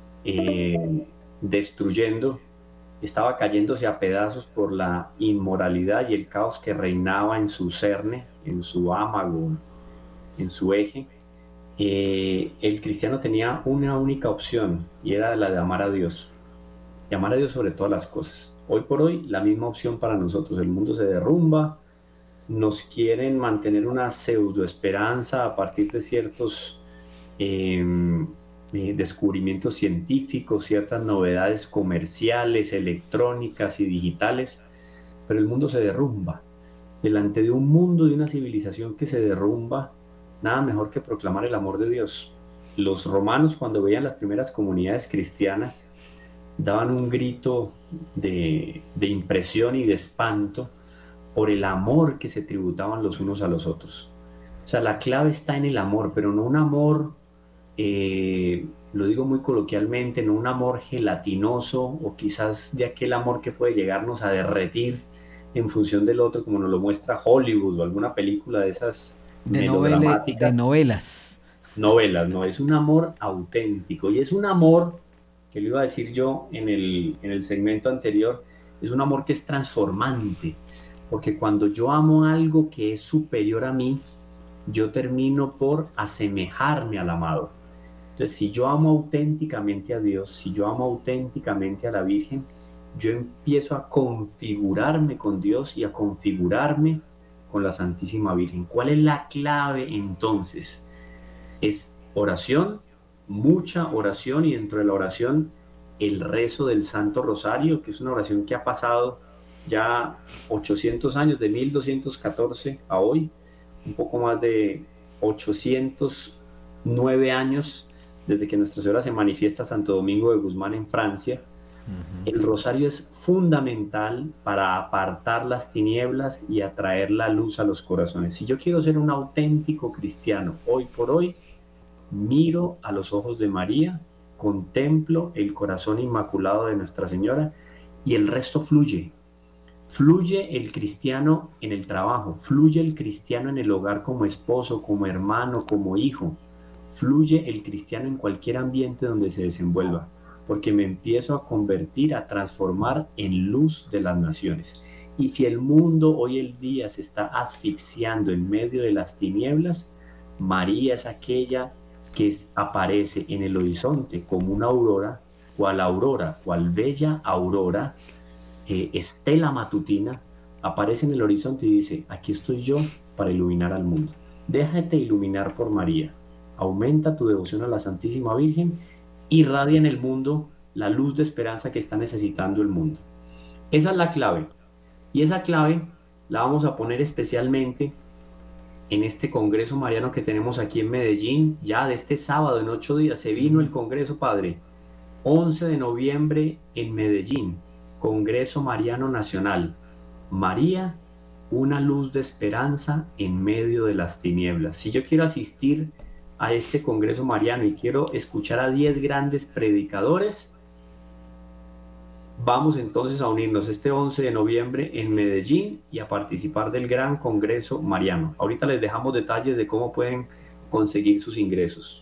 destruyendo, estaba cayéndose a pedazos por la inmoralidad y el caos que reinaba en su cerne, en su ámago, en su eje. El cristiano tenía una única opción y era la de amar a Dios, y amar a Dios sobre todas las cosas. Hoy por hoy, la misma opción para nosotros. El mundo se derrumba, nos quieren mantener una pseudoesperanza a partir de ciertos descubrimientos científicos, ciertas novedades comerciales, electrónicas y digitales, pero el mundo se derrumba. Delante de un mundo, de una civilización que se derrumba, nada mejor que proclamar el amor de Dios. Los romanos, cuando veían las primeras comunidades cristianas, daban un grito de impresión y de espanto por el amor que se tributaban los unos a los otros. O sea, la clave está en el amor, pero no un amor, lo digo muy coloquialmente, no un amor gelatinoso o quizás de aquel amor que puede llegarnos a derretir en función del otro, como nos lo muestra Hollywood o alguna película de esas melodramáticas. De novelas. Novelas, no, es un amor auténtico y es un amor, que lo iba a decir yo en el segmento anterior, es un amor que es transformante, porque cuando yo amo algo que es superior a mí, yo termino por asemejarme al amado. Entonces, si yo amo auténticamente a Dios, si yo amo auténticamente a la Virgen, yo empiezo a configurarme con Dios y a configurarme con la Santísima Virgen. ¿Cuál es la clave entonces? Es oración, mucha oración, y dentro de la oración el rezo del Santo Rosario, que es una oración que ha pasado ya 800 años, de 1214 a hoy, un poco más de 809 años desde que Nuestra Señora se manifiesta a Santo Domingo de Guzmán en Francia. El rosario es fundamental para apartar las tinieblas y atraer la luz a los corazones. Si yo quiero ser un auténtico cristiano hoy por hoy, miro a los ojos de María, contemplo el corazón inmaculado de Nuestra Señora y el resto fluye. Fluye el cristiano en el trabajo, fluye el cristiano en el hogar como esposo, como hermano, como hijo. Fluye el cristiano en cualquier ambiente donde se desenvuelva, porque me empiezo a convertir, a transformar en luz de las naciones. Y si el mundo hoy en día se está asfixiando en medio de las tinieblas, María es aquella que aparece en el horizonte como una aurora, cual bella aurora, estela matutina, aparece en el horizonte y dice: aquí estoy yo para iluminar al mundo. Déjate iluminar por María, aumenta tu devoción a la Santísima Virgen, irradia en el mundo la luz de esperanza que está necesitando el mundo. Esa es la clave, y esa clave la vamos a poner especialmente en este Congreso Mariano que tenemos aquí en Medellín. Ya de este sábado, en 8 días, se vino el Congreso, Padre. 11 de noviembre en Medellín, Congreso Mariano Nacional. María, una luz de esperanza en medio de las tinieblas. Si yo quiero asistir a este Congreso Mariano y quiero escuchar a 10 grandes predicadores, vamos entonces a unirnos este 11 de noviembre en Medellín y a participar del gran Congreso Mariano. Ahorita les dejamos detalles de cómo pueden conseguir sus ingresos.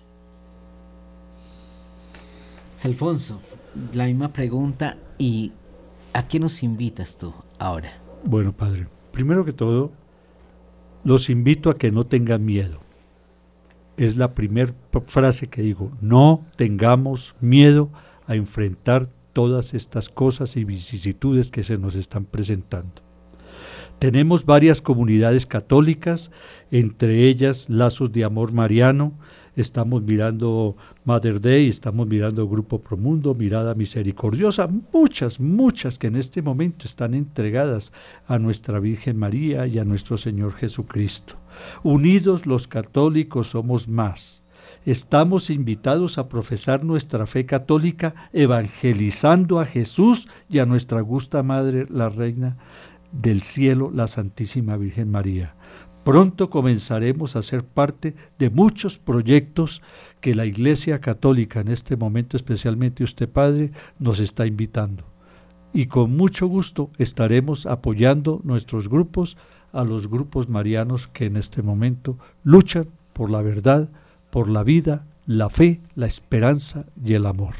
Alfonso, la misma pregunta, ¿y a qué nos invitas tú ahora? Bueno, padre, primero que todo, los invito a que no tengan miedo. es la primera frase que digo. No tengamos miedo a enfrentar todas estas cosas y vicisitudes que se nos están presentando. Tenemos varias comunidades católicas, entre ellas Lazos de Amor Mariano. Estamos mirando Mother Day, estamos mirando Grupo Promundo, Mirada Misericordiosa, muchas que en este momento están entregadas a nuestra Virgen María y a nuestro Señor Jesucristo. Unidos los católicos somos más. Estamos invitados a profesar nuestra fe católica evangelizando a Jesús y a nuestra augusta Madre, la Reina del Cielo, la Santísima Virgen María. Pronto comenzaremos a ser parte de muchos proyectos que la Iglesia Católica en este momento, especialmente usted, Padre, nos está invitando. Y con mucho gusto estaremos apoyando nuestros grupos, a los grupos marianos que en este momento luchan por la verdad, por la vida, la fe, la esperanza y el amor.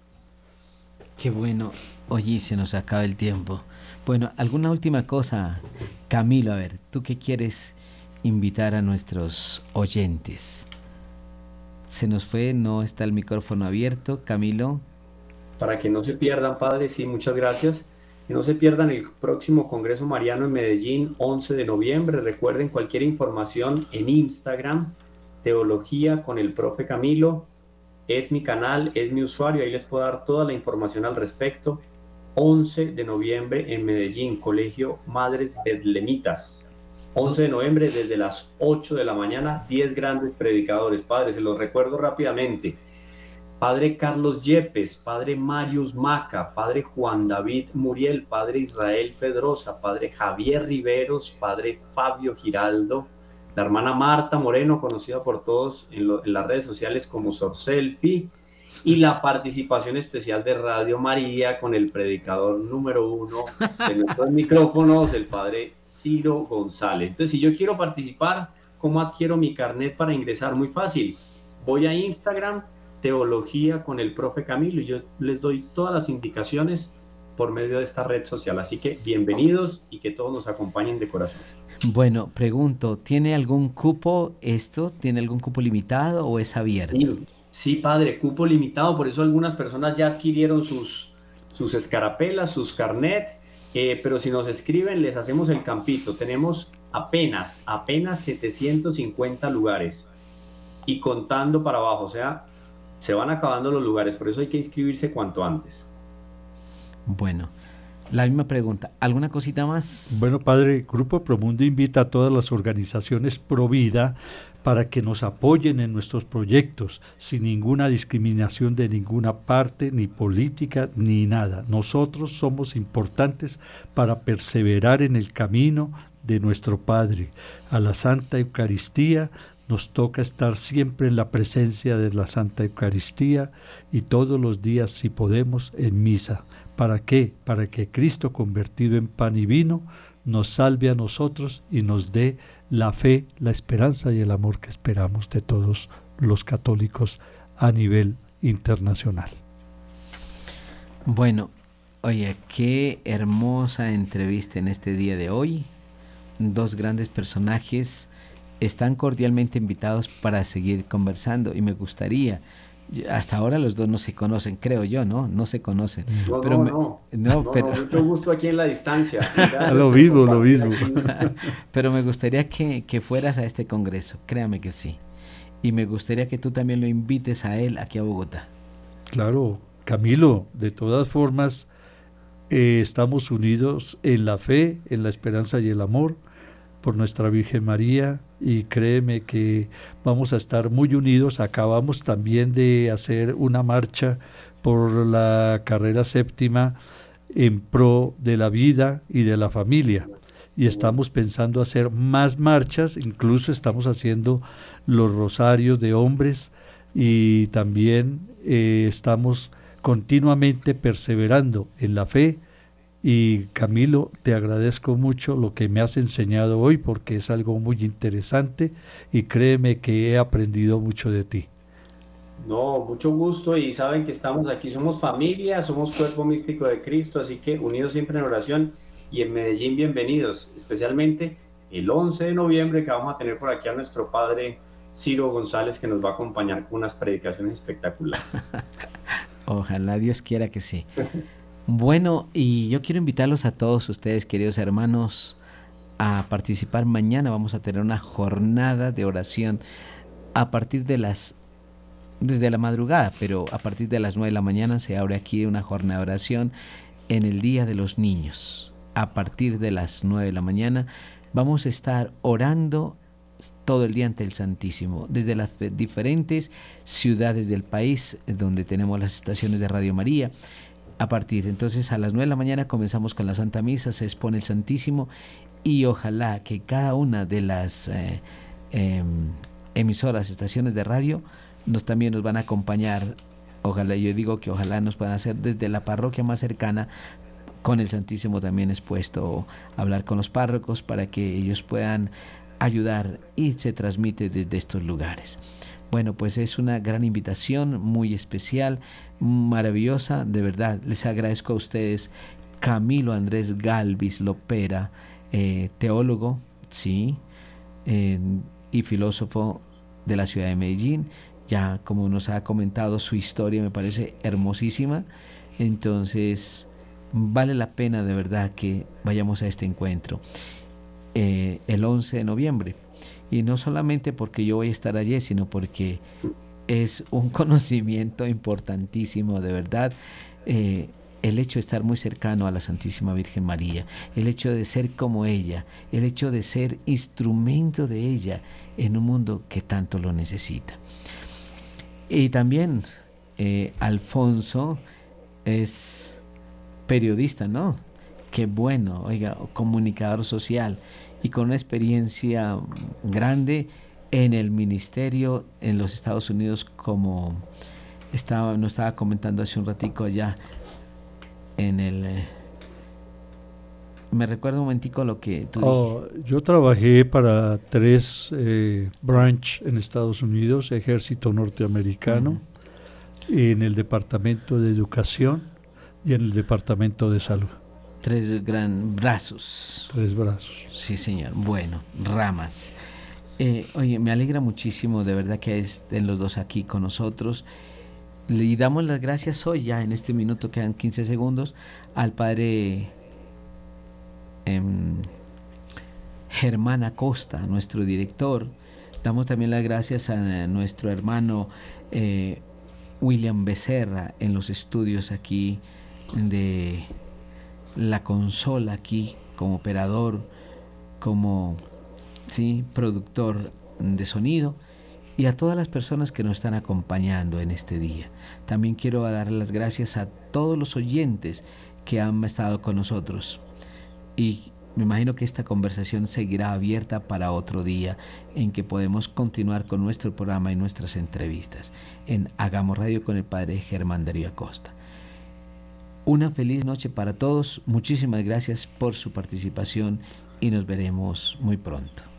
Qué bueno. Oye, se nos acaba el tiempo. Bueno, ¿alguna última cosa, Camilo? A ver, ¿tú qué quieres invitar a nuestros oyentes? Se nos fue, no está el micrófono abierto, Camilo. Para que no se pierdan, padre, sí, muchas gracias. Que no se pierdan el próximo Congreso Mariano en Medellín, 11 de noviembre. Recuerden cualquier información en Instagram, Teología con el Profe Camilo. Es mi canal, es mi usuario, ahí les puedo dar toda la información al respecto. 11 de noviembre en Medellín, Colegio Madres Betlemitas. 11 de noviembre desde las 8 de la mañana, 10 grandes predicadores. Padre, se los recuerdo rápidamente. Padre Carlos Yepes, Padre Marius Maca, Padre Juan David Muriel, Padre Israel Pedrosa, Padre Javier Riveros, Padre Fabio Giraldo, la hermana Marta Moreno, conocida por todos en las redes sociales como Sor Selfie, y la participación especial de Radio María con el predicador número 1 de nuestros micrófonos, el Padre Ciro González. Entonces, si yo quiero participar, ¿cómo adquiero mi carnet para ingresar? Muy fácil. Voy a Instagram, Teología con el Profe Camilo, y yo les doy todas las indicaciones por medio de esta red social. Así que bienvenidos y que todos nos acompañen de corazón. Bueno, pregunto, ¿tiene algún cupo esto? ¿Tiene algún cupo limitado o es abierto? Sí, padre, cupo limitado, por eso algunas personas ya adquirieron sus escarapelas, sus carnet, pero si nos escriben les hacemos el campito. Tenemos apenas 750 lugares y contando para abajo, o sea, se van acabando los lugares, por eso hay que inscribirse cuanto antes. Bueno, la misma pregunta, ¿alguna cosita más? Bueno, padre, Grupo Promundo invita a todas las organizaciones pro vida para que nos apoyen en nuestros proyectos, sin ninguna discriminación de ninguna parte, ni política, ni nada. Nosotros somos importantes para perseverar en el camino de nuestro Padre. A la Santa Eucaristía nos toca estar siempre en la presencia de la Santa Eucaristía y todos los días, si podemos, en misa. ¿Para qué? Para que Cristo, convertido en pan y vino, nos salve a nosotros y nos dé la fe, la esperanza y el amor que esperamos de todos los católicos a nivel internacional. Bueno, oye, qué hermosa entrevista en este día de hoy. Dos grandes personajes están cordialmente invitados para seguir conversando y me gustaría, hasta ahora los dos no se conocen, creo yo, ¿no? No se conocen. No, mucho gusto aquí en la distancia. Lo mismo. Pero me gustaría que fueras a este congreso, créame que sí. Y me gustaría que tú también lo invites a él aquí a Bogotá. Claro, Camilo, de todas formas, estamos unidos en la fe, en la esperanza y el amor por nuestra Virgen María, y créeme que vamos a estar muy unidos. Acabamos también de hacer una marcha por la carrera séptima en pro de la vida y de la familia, y estamos pensando hacer más marchas, incluso estamos haciendo los rosarios de hombres, y también estamos continuamente perseverando en la fe. Y Camilo, te agradezco mucho lo que me has enseñado hoy, porque es algo muy interesante y créeme que he aprendido mucho de ti. No, mucho gusto, y saben que estamos aquí, somos familia, somos cuerpo místico de Cristo, así que unidos siempre en oración, y en Medellín bienvenidos, especialmente el 11 de noviembre que vamos a tener por aquí a nuestro Padre Ciro González, que nos va a acompañar con unas predicaciones espectaculares. Ojalá Dios quiera que sí. Bueno, y yo quiero invitarlos a todos ustedes, queridos hermanos, a participar mañana. Vamos a tener una jornada de oración a partir de desde la madrugada, pero a partir de las 9 de la mañana se abre aquí una jornada de oración en el Día de los Niños. A partir de las 9 de la mañana vamos a estar orando todo el día ante el Santísimo, desde las diferentes ciudades del país donde tenemos las estaciones de Radio María. Entonces a las 9 de la mañana comenzamos con la Santa Misa, se expone el Santísimo, y ojalá que cada una de las emisoras, estaciones de radio, también nos van a acompañar. Ojalá, yo digo que ojalá nos puedan hacer desde la parroquia más cercana, con el Santísimo también expuesto, hablar con los párrocos para que ellos puedan ayudar, y se transmite desde estos lugares. Bueno, pues es una gran invitación, muy especial, maravillosa, de verdad. Les agradezco a ustedes. Camilo Andrés Galvis Lopera, teólogo, sí, y filósofo de la ciudad de Medellín. Ya como nos ha comentado, su historia me parece hermosísima. Entonces vale la pena de verdad que vayamos a este encuentro el 11 de noviembre. Y no solamente porque yo voy a estar allí, sino porque es un conocimiento importantísimo, de verdad. El hecho de estar muy cercano a la Santísima Virgen María, el hecho de ser como ella, el hecho de ser instrumento de ella en un mundo que tanto lo necesita. Y también Alfonso es periodista, ¿no? Qué bueno, oiga, comunicador social y con una experiencia grande en el ministerio en los Estados Unidos, como nos estaba comentando hace un ratico allá en el... me recuerdo un momentico lo que tú dijiste. Yo trabajé para 3 branch en Estados Unidos, ejército norteamericano, en el departamento de educación y en el departamento de salud. 3 gran brazos. 3 brazos. Sí, señor. Bueno, ramas. Oye, me alegra muchísimo de verdad que estén los dos aquí con nosotros. Le damos las gracias hoy, ya en este minuto quedan 15 segundos, al padre Germán Acosta, nuestro director. Damos también las gracias a nuestro hermano William Becerra en los estudios aquí de la consola, aquí como operador, como productor de sonido, y a todas las personas que nos están acompañando en este día. También quiero dar las gracias a todos los oyentes que han estado con nosotros, y me imagino que esta conversación seguirá abierta para otro día en que podemos continuar con nuestro programa y nuestras entrevistas en Hagamos Radio con el padre Germán Darío Acosta. Una feliz noche para todos, muchísimas gracias por su participación y nos veremos muy pronto.